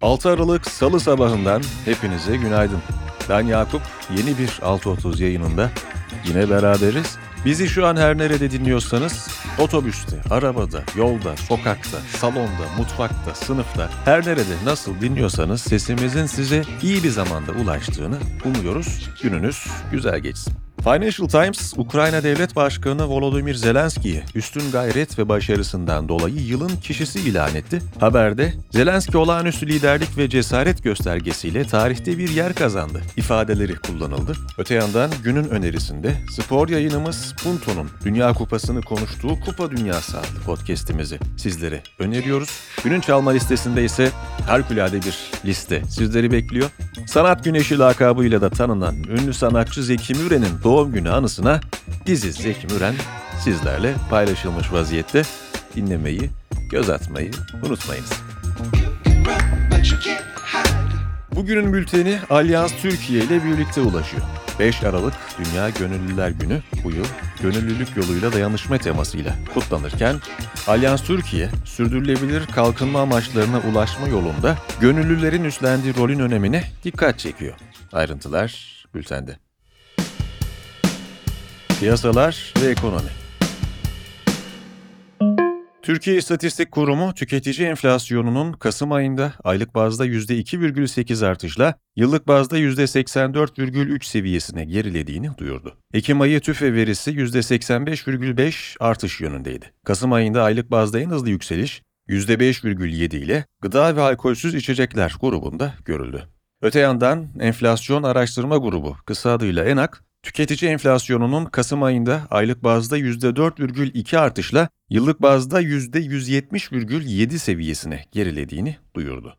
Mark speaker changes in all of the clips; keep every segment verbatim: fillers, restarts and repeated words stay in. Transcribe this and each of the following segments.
Speaker 1: altı Aralık Salı sabahından hepinize günaydın. Ben Yakup, yeni bir altı otuz yayınında yine beraberiz. Bizi şu an her nerede dinliyorsanız, otobüste, arabada, yolda, sokakta, salonda, mutfakta, sınıfta, her nerede nasıl dinliyorsanız sesimizin size iyi bir zamanda ulaştığını umuyoruz. Gününüz güzel geçsin. Financial Times, Ukrayna Devlet Başkanı Volodymyr Zelenski'yi üstün gayret ve başarısından dolayı yılın kişisi ilan etti. Haberde, Zelenski olağanüstü liderlik ve cesaret göstergesiyle tarihte bir yer kazandı ifadeleri kullanıldı. Öte yandan günün önerisinde spor yayınımız Punto'nun Dünya Kupası'nı konuştuğu Kupa Dünyası adlı podcast'imizi sizlere öneriyoruz. Günün çalma listesinde ise harikulade bir liste sizleri bekliyor. Sanat Güneşi lakabıyla da tanınan ünlü sanatçı Zeki Müren'in doğum günü anısına dizi Zeki Müren sizlerle paylaşılmış vaziyette. Dinlemeyi, göz atmayı unutmayınız. Bugünün bülteni Alyans Türkiye ile birlikte ulaşıyor. beş Aralık Dünya Gönüllüler Günü bu yıl gönüllülük yoluyla dayanışma temasıyla kutlanırken Alyans Türkiye, sürdürülebilir kalkınma amaçlarına ulaşma yolunda gönüllülerin üstlendiği rolün önemine dikkat çekiyor. Ayrıntılar bültende. Piyasalar ve ekonomi. Türkiye İstatistik Kurumu tüketici enflasyonunun Kasım ayında aylık bazda yüzde iki virgül sekiz artışla yıllık bazda yüzde seksen dört virgül üç seviyesine gerilediğini duyurdu. Ekim ayı TÜFE verisi yüzde seksen beş virgül beş artış yönündeydi. Kasım ayında aylık bazda en hızlı yükseliş yüzde beş virgül yedi ile gıda ve alkolsüz içecekler grubunda görüldü. Öte yandan Enflasyon Araştırma Grubu, kısa adıyla ENAK, tüketici enflasyonunun Kasım ayında aylık bazda yüzde dört virgül iki artışla yıllık bazda yüzde yüz yetmiş virgül yedi seviyesine gerilediğini duyurdu.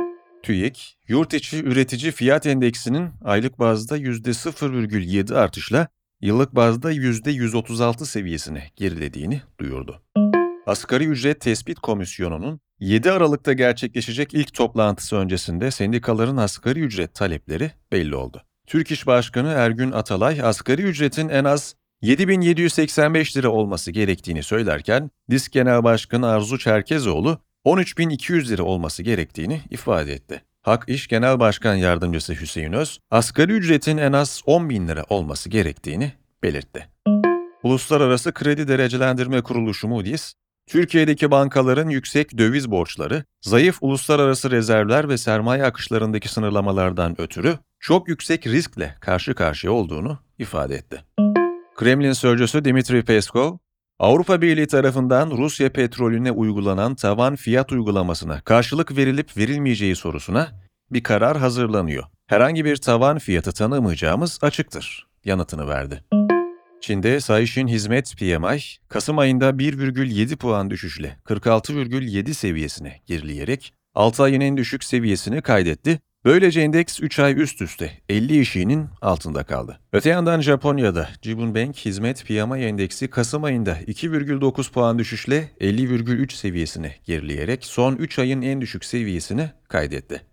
Speaker 1: TÜİK, yurt içi üretici fiyat endeksinin aylık bazda yüzde sıfır virgül yedi artışla yıllık bazda yüzde yüz otuz altı seviyesine gerilediğini duyurdu. Asgari Ücret Tespit Komisyonu'nun yedi Aralık'ta gerçekleşecek ilk toplantısı öncesinde sendikaların asgari ücret talepleri belli oldu. Türk İş Başkanı Ergün Atalay, asgari ücretin en az yedi bin yedi yüz seksen beş lira olması gerektiğini söylerken, Disk Genel Başkanı Arzu Çerkezoğlu, on üç bin iki yüz lira olması gerektiğini ifade etti. Hak İş Genel Başkan Yardımcısı Hüseyin Öz, asgari ücretin en az on bin lira olması gerektiğini belirtti. Uluslararası Kredi Derecelendirme Kuruluşu Moody's, Türkiye'deki bankaların yüksek döviz borçları, zayıf uluslararası rezervler ve sermaye akışlarındaki sınırlamalardan ötürü çok yüksek riskle karşı karşıya olduğunu ifade etti. Kremlin sözcüsü Dmitri Peskov, Avrupa Birliği tarafından Rusya petrolüne uygulanan tavan fiyat uygulamasına karşılık verilip verilmeyeceği sorusuna bir karar hazırlanıyor. Herhangi bir tavan fiyatı tanımayacağımız açıktır yanıtını verdi. Çin'de Caixin Hizmet P M I, Kasım ayında bir virgül yedi puan düşüşle kırk altı virgül yedi seviyesine gerileyerek altı ayın en düşük seviyesini kaydetti. Böylece endeks üç ay üst üste elli eşiğinin altında kaldı. Öte yandan Japonya'da Jibun Bank Hizmet P M I endeksi Kasım ayında iki virgül dokuz puan düşüşle elli virgül üç seviyesine gerileyerek son üç ayın en düşük seviyesini kaydetti.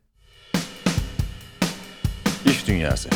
Speaker 1: İş Dünyası.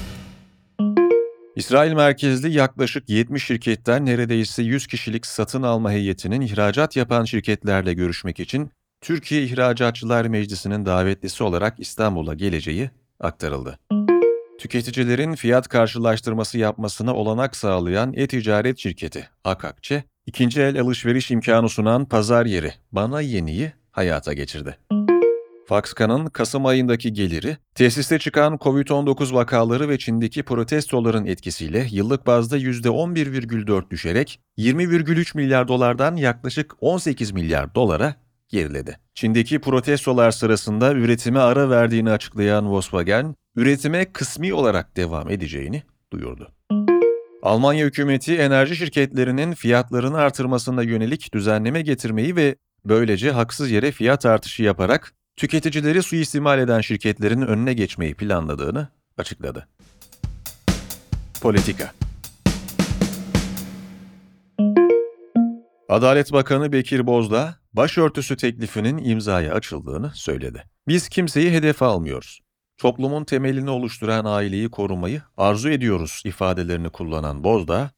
Speaker 1: İsrail merkezli yaklaşık yetmiş şirketten neredeyse yüz kişilik satın alma heyetinin ihracat yapan şirketlerle görüşmek için Türkiye İhracatçılar Meclisi'nin davetlisi olarak İstanbul'a geleceği aktarıldı. Tüketicilerin fiyat karşılaştırması yapmasına olanak sağlayan e-ticaret şirketi Akakçe, ikinci el alışveriş imkanı sunan pazar yeri Bana Yeni'yi hayata geçirdi. Foxconn'ın Kasım ayındaki geliri, tesiste çıkan kovid on dokuz vakaları ve Çin'deki protestoların etkisiyle yıllık bazda yüzde on bir virgül dört düşerek yirmi virgül üç milyar dolardan yaklaşık on sekiz milyar dolara geriledi. Çin'deki protestolar sırasında üretime ara verdiğini açıklayan Volkswagen, üretime kısmi olarak devam edeceğini duyurdu. Almanya hükümeti enerji şirketlerinin fiyatlarını artırmasına yönelik düzenleme getirmeyi ve böylece haksız yere fiyat artışı yaparak tüketicileri suistimal eden şirketlerin önüne geçmeyi planladığını açıkladı. Politika. Adalet Bakanı Bekir Bozdağ, başörtüsü teklifinin imzaya açıldığını söyledi. Biz kimseyi hedef almıyoruz. Toplumun temelini oluşturan aileyi korumayı arzu ediyoruz ifadelerini kullanan Bozdağ,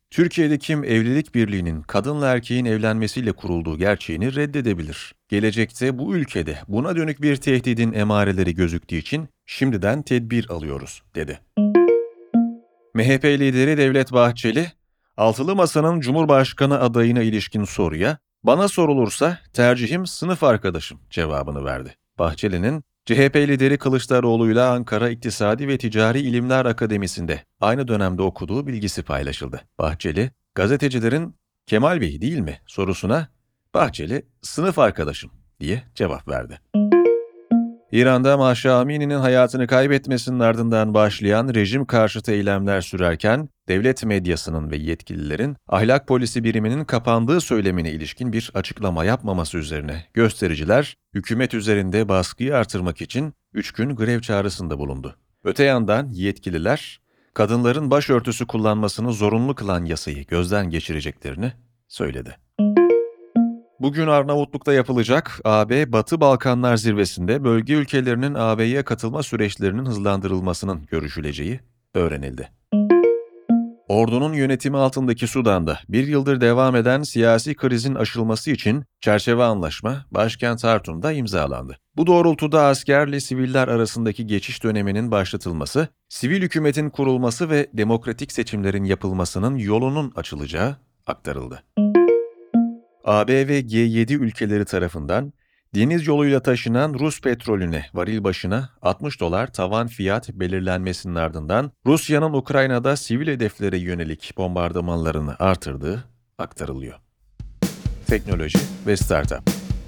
Speaker 1: Türkiye'de kim evlilik birliğinin kadınla erkeğin evlenmesiyle kurulduğu gerçeğini reddedebilir? Gelecekte bu ülkede buna dönük bir tehdidin emareleri gözüktüğü için şimdiden tedbir alıyoruz, dedi. M H P lideri Devlet Bahçeli, Altılı Masa'nın Cumhurbaşkanı adayına ilişkin soruya, "Bana sorulursa tercihim sınıf arkadaşım" cevabını verdi. Bahçeli'nin, C H P lideri Kılıçdaroğlu'yla Ankara İktisadi ve Ticari İlimler Akademisi'nde aynı dönemde okuduğu bilgisi paylaşıldı. Bahçeli, gazetecilerin "Kemal Bey değil mi?" sorusuna, Bahçeli, "Sınıf arkadaşım" diye cevap verdi. İran'da Mahsa Amini'nin hayatını kaybetmesinin ardından başlayan rejim karşıtı eylemler sürerken, devlet medyasının ve yetkililerin ahlak polisi biriminin kapandığı söylemine ilişkin bir açıklama yapmaması üzerine göstericiler, hükümet üzerinde baskıyı artırmak için üç gün grev çağrısında bulundu. Öte yandan yetkililer, kadınların başörtüsü kullanmasını zorunlu kılan yasayı gözden geçireceklerini söyledi. Bugün Arnavutluk'ta yapılacak A B Batı Balkanlar Zirvesi'nde bölge ülkelerinin A B'ye katılma süreçlerinin hızlandırılmasının görüşüleceği öğrenildi. Ordunun yönetimi altındaki Sudan'da bir yıldır devam eden siyasi krizin aşılması için çerçeve anlaşma başkent Hartum'da imzalandı. Bu doğrultuda askerle siviller arasındaki geçiş döneminin başlatılması, sivil hükümetin kurulması ve demokratik seçimlerin yapılmasının yolunun açılacağı aktarıldı. A B ve G yedi ülkeleri tarafından deniz yoluyla taşınan Rus petrolüne varil başına altmış dolar tavan fiyat belirlenmesinin ardından Rusya'nın Ukrayna'da sivil hedeflere yönelik bombardımanlarını artırdığı aktarılıyor. Teknoloji ve Startup.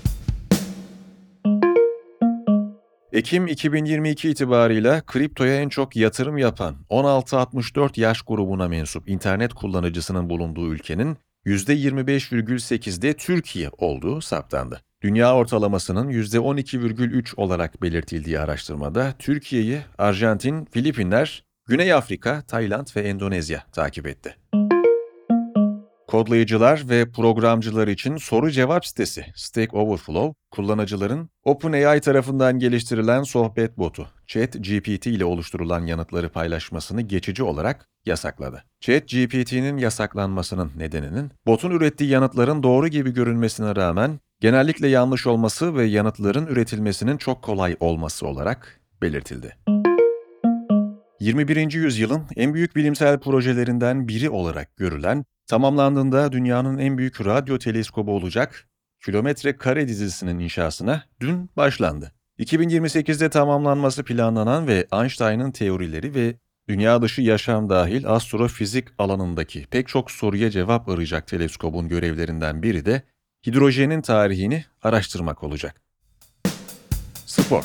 Speaker 1: Ekim iki bin yirmi iki itibarıyla kriptoya en çok yatırım yapan on altı altmış dört yaş grubuna mensup internet kullanıcısının bulunduğu ülkenin yüzde yirmi beş virgül sekizde Türkiye olduğu saptandı. Dünya ortalamasının yüzde on iki virgül üç olarak belirtildiği araştırmada Türkiye'yi Arjantin, Filipinler, Güney Afrika, Tayland ve Endonezya takip etti. Kodlayıcılar ve programcılar için soru-cevap sitesi Stack Overflow, kullanıcıların OpenAI tarafından geliştirilen sohbet botu ChatGPT ile oluşturulan yanıtları paylaşmasını geçici olarak yasakladı. ChatGPT'nin yasaklanmasının nedeninin, botun ürettiği yanıtların doğru gibi görünmesine rağmen genellikle yanlış olması ve yanıtların üretilmesinin çok kolay olması olarak belirtildi. yirmi birinci yüzyılın en büyük bilimsel projelerinden biri olarak görülen, tamamlandığında dünyanın en büyük radyo teleskobu olacak Kilometre Kare dizisinin inşasına dün başlandı. iki bin yirmi sekizde tamamlanması planlanan ve Einstein'ın teorileri ve dünya dışı yaşam dahil astrofizik alanındaki pek çok soruya cevap arayacak teleskobun görevlerinden biri de hidrojenin tarihini araştırmak olacak. Spor.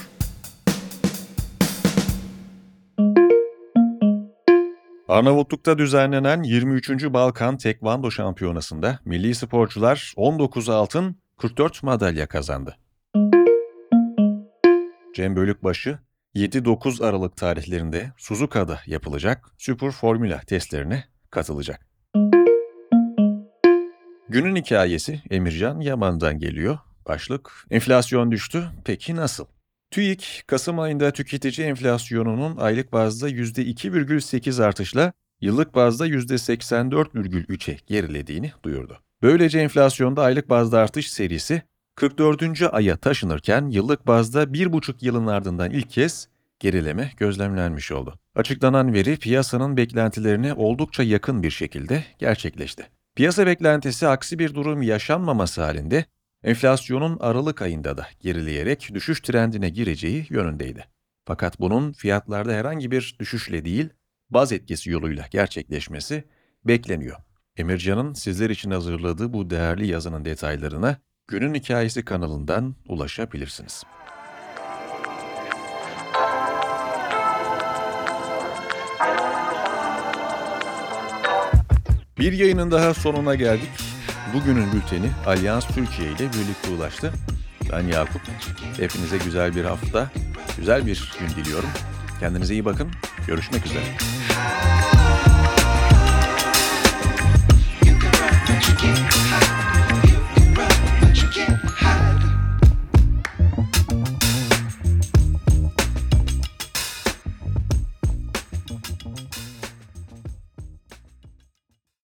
Speaker 1: Arnavutluk'ta düzenlenen yirmi üçüncü Balkan Tekvando Şampiyonası'nda milli sporcular on dokuz altın, kırk dört madalya kazandı. Cem Bölükbaşı, yedi dokuz Aralık tarihlerinde Suzuka'da yapılacak Süper Formula testlerine katılacak. Günün hikayesi Emircan Yaman'dan geliyor. Başlık, enflasyon düştü, peki nasıl? TÜİK, Kasım ayında tüketici enflasyonunun aylık bazda yüzde iki virgül sekiz artışla yıllık bazda yüzde seksen dört virgül üçe gerilediğini duyurdu. Böylece enflasyonda aylık bazda artış serisi kırk dördüncü aya taşınırken yıllık bazda bir buçuk yılın ardından ilk kez gerileme gözlemlenmiş oldu. Açıklanan veri piyasanın beklentilerine oldukça yakın bir şekilde gerçekleşti. Piyasa beklentisi aksi bir durum yaşanmaması halinde enflasyonun Aralık ayında da gerileyerek düşüş trendine gireceği yönündeydi. Fakat bunun fiyatlarda herhangi bir düşüşle değil, baz etkisi yoluyla gerçekleşmesi bekleniyor. Emircan'ın sizler için hazırladığı bu değerli yazının detaylarına Günün Hikayesi kanalından ulaşabilirsiniz. Bir yayının daha sonuna geldik. Bugünün bülteni Alyans Türkiye ile birlikte ulaştı. Ben Yakup. Hepinize güzel bir hafta, güzel bir gün diliyorum. Kendinize iyi bakın. Görüşmek üzere.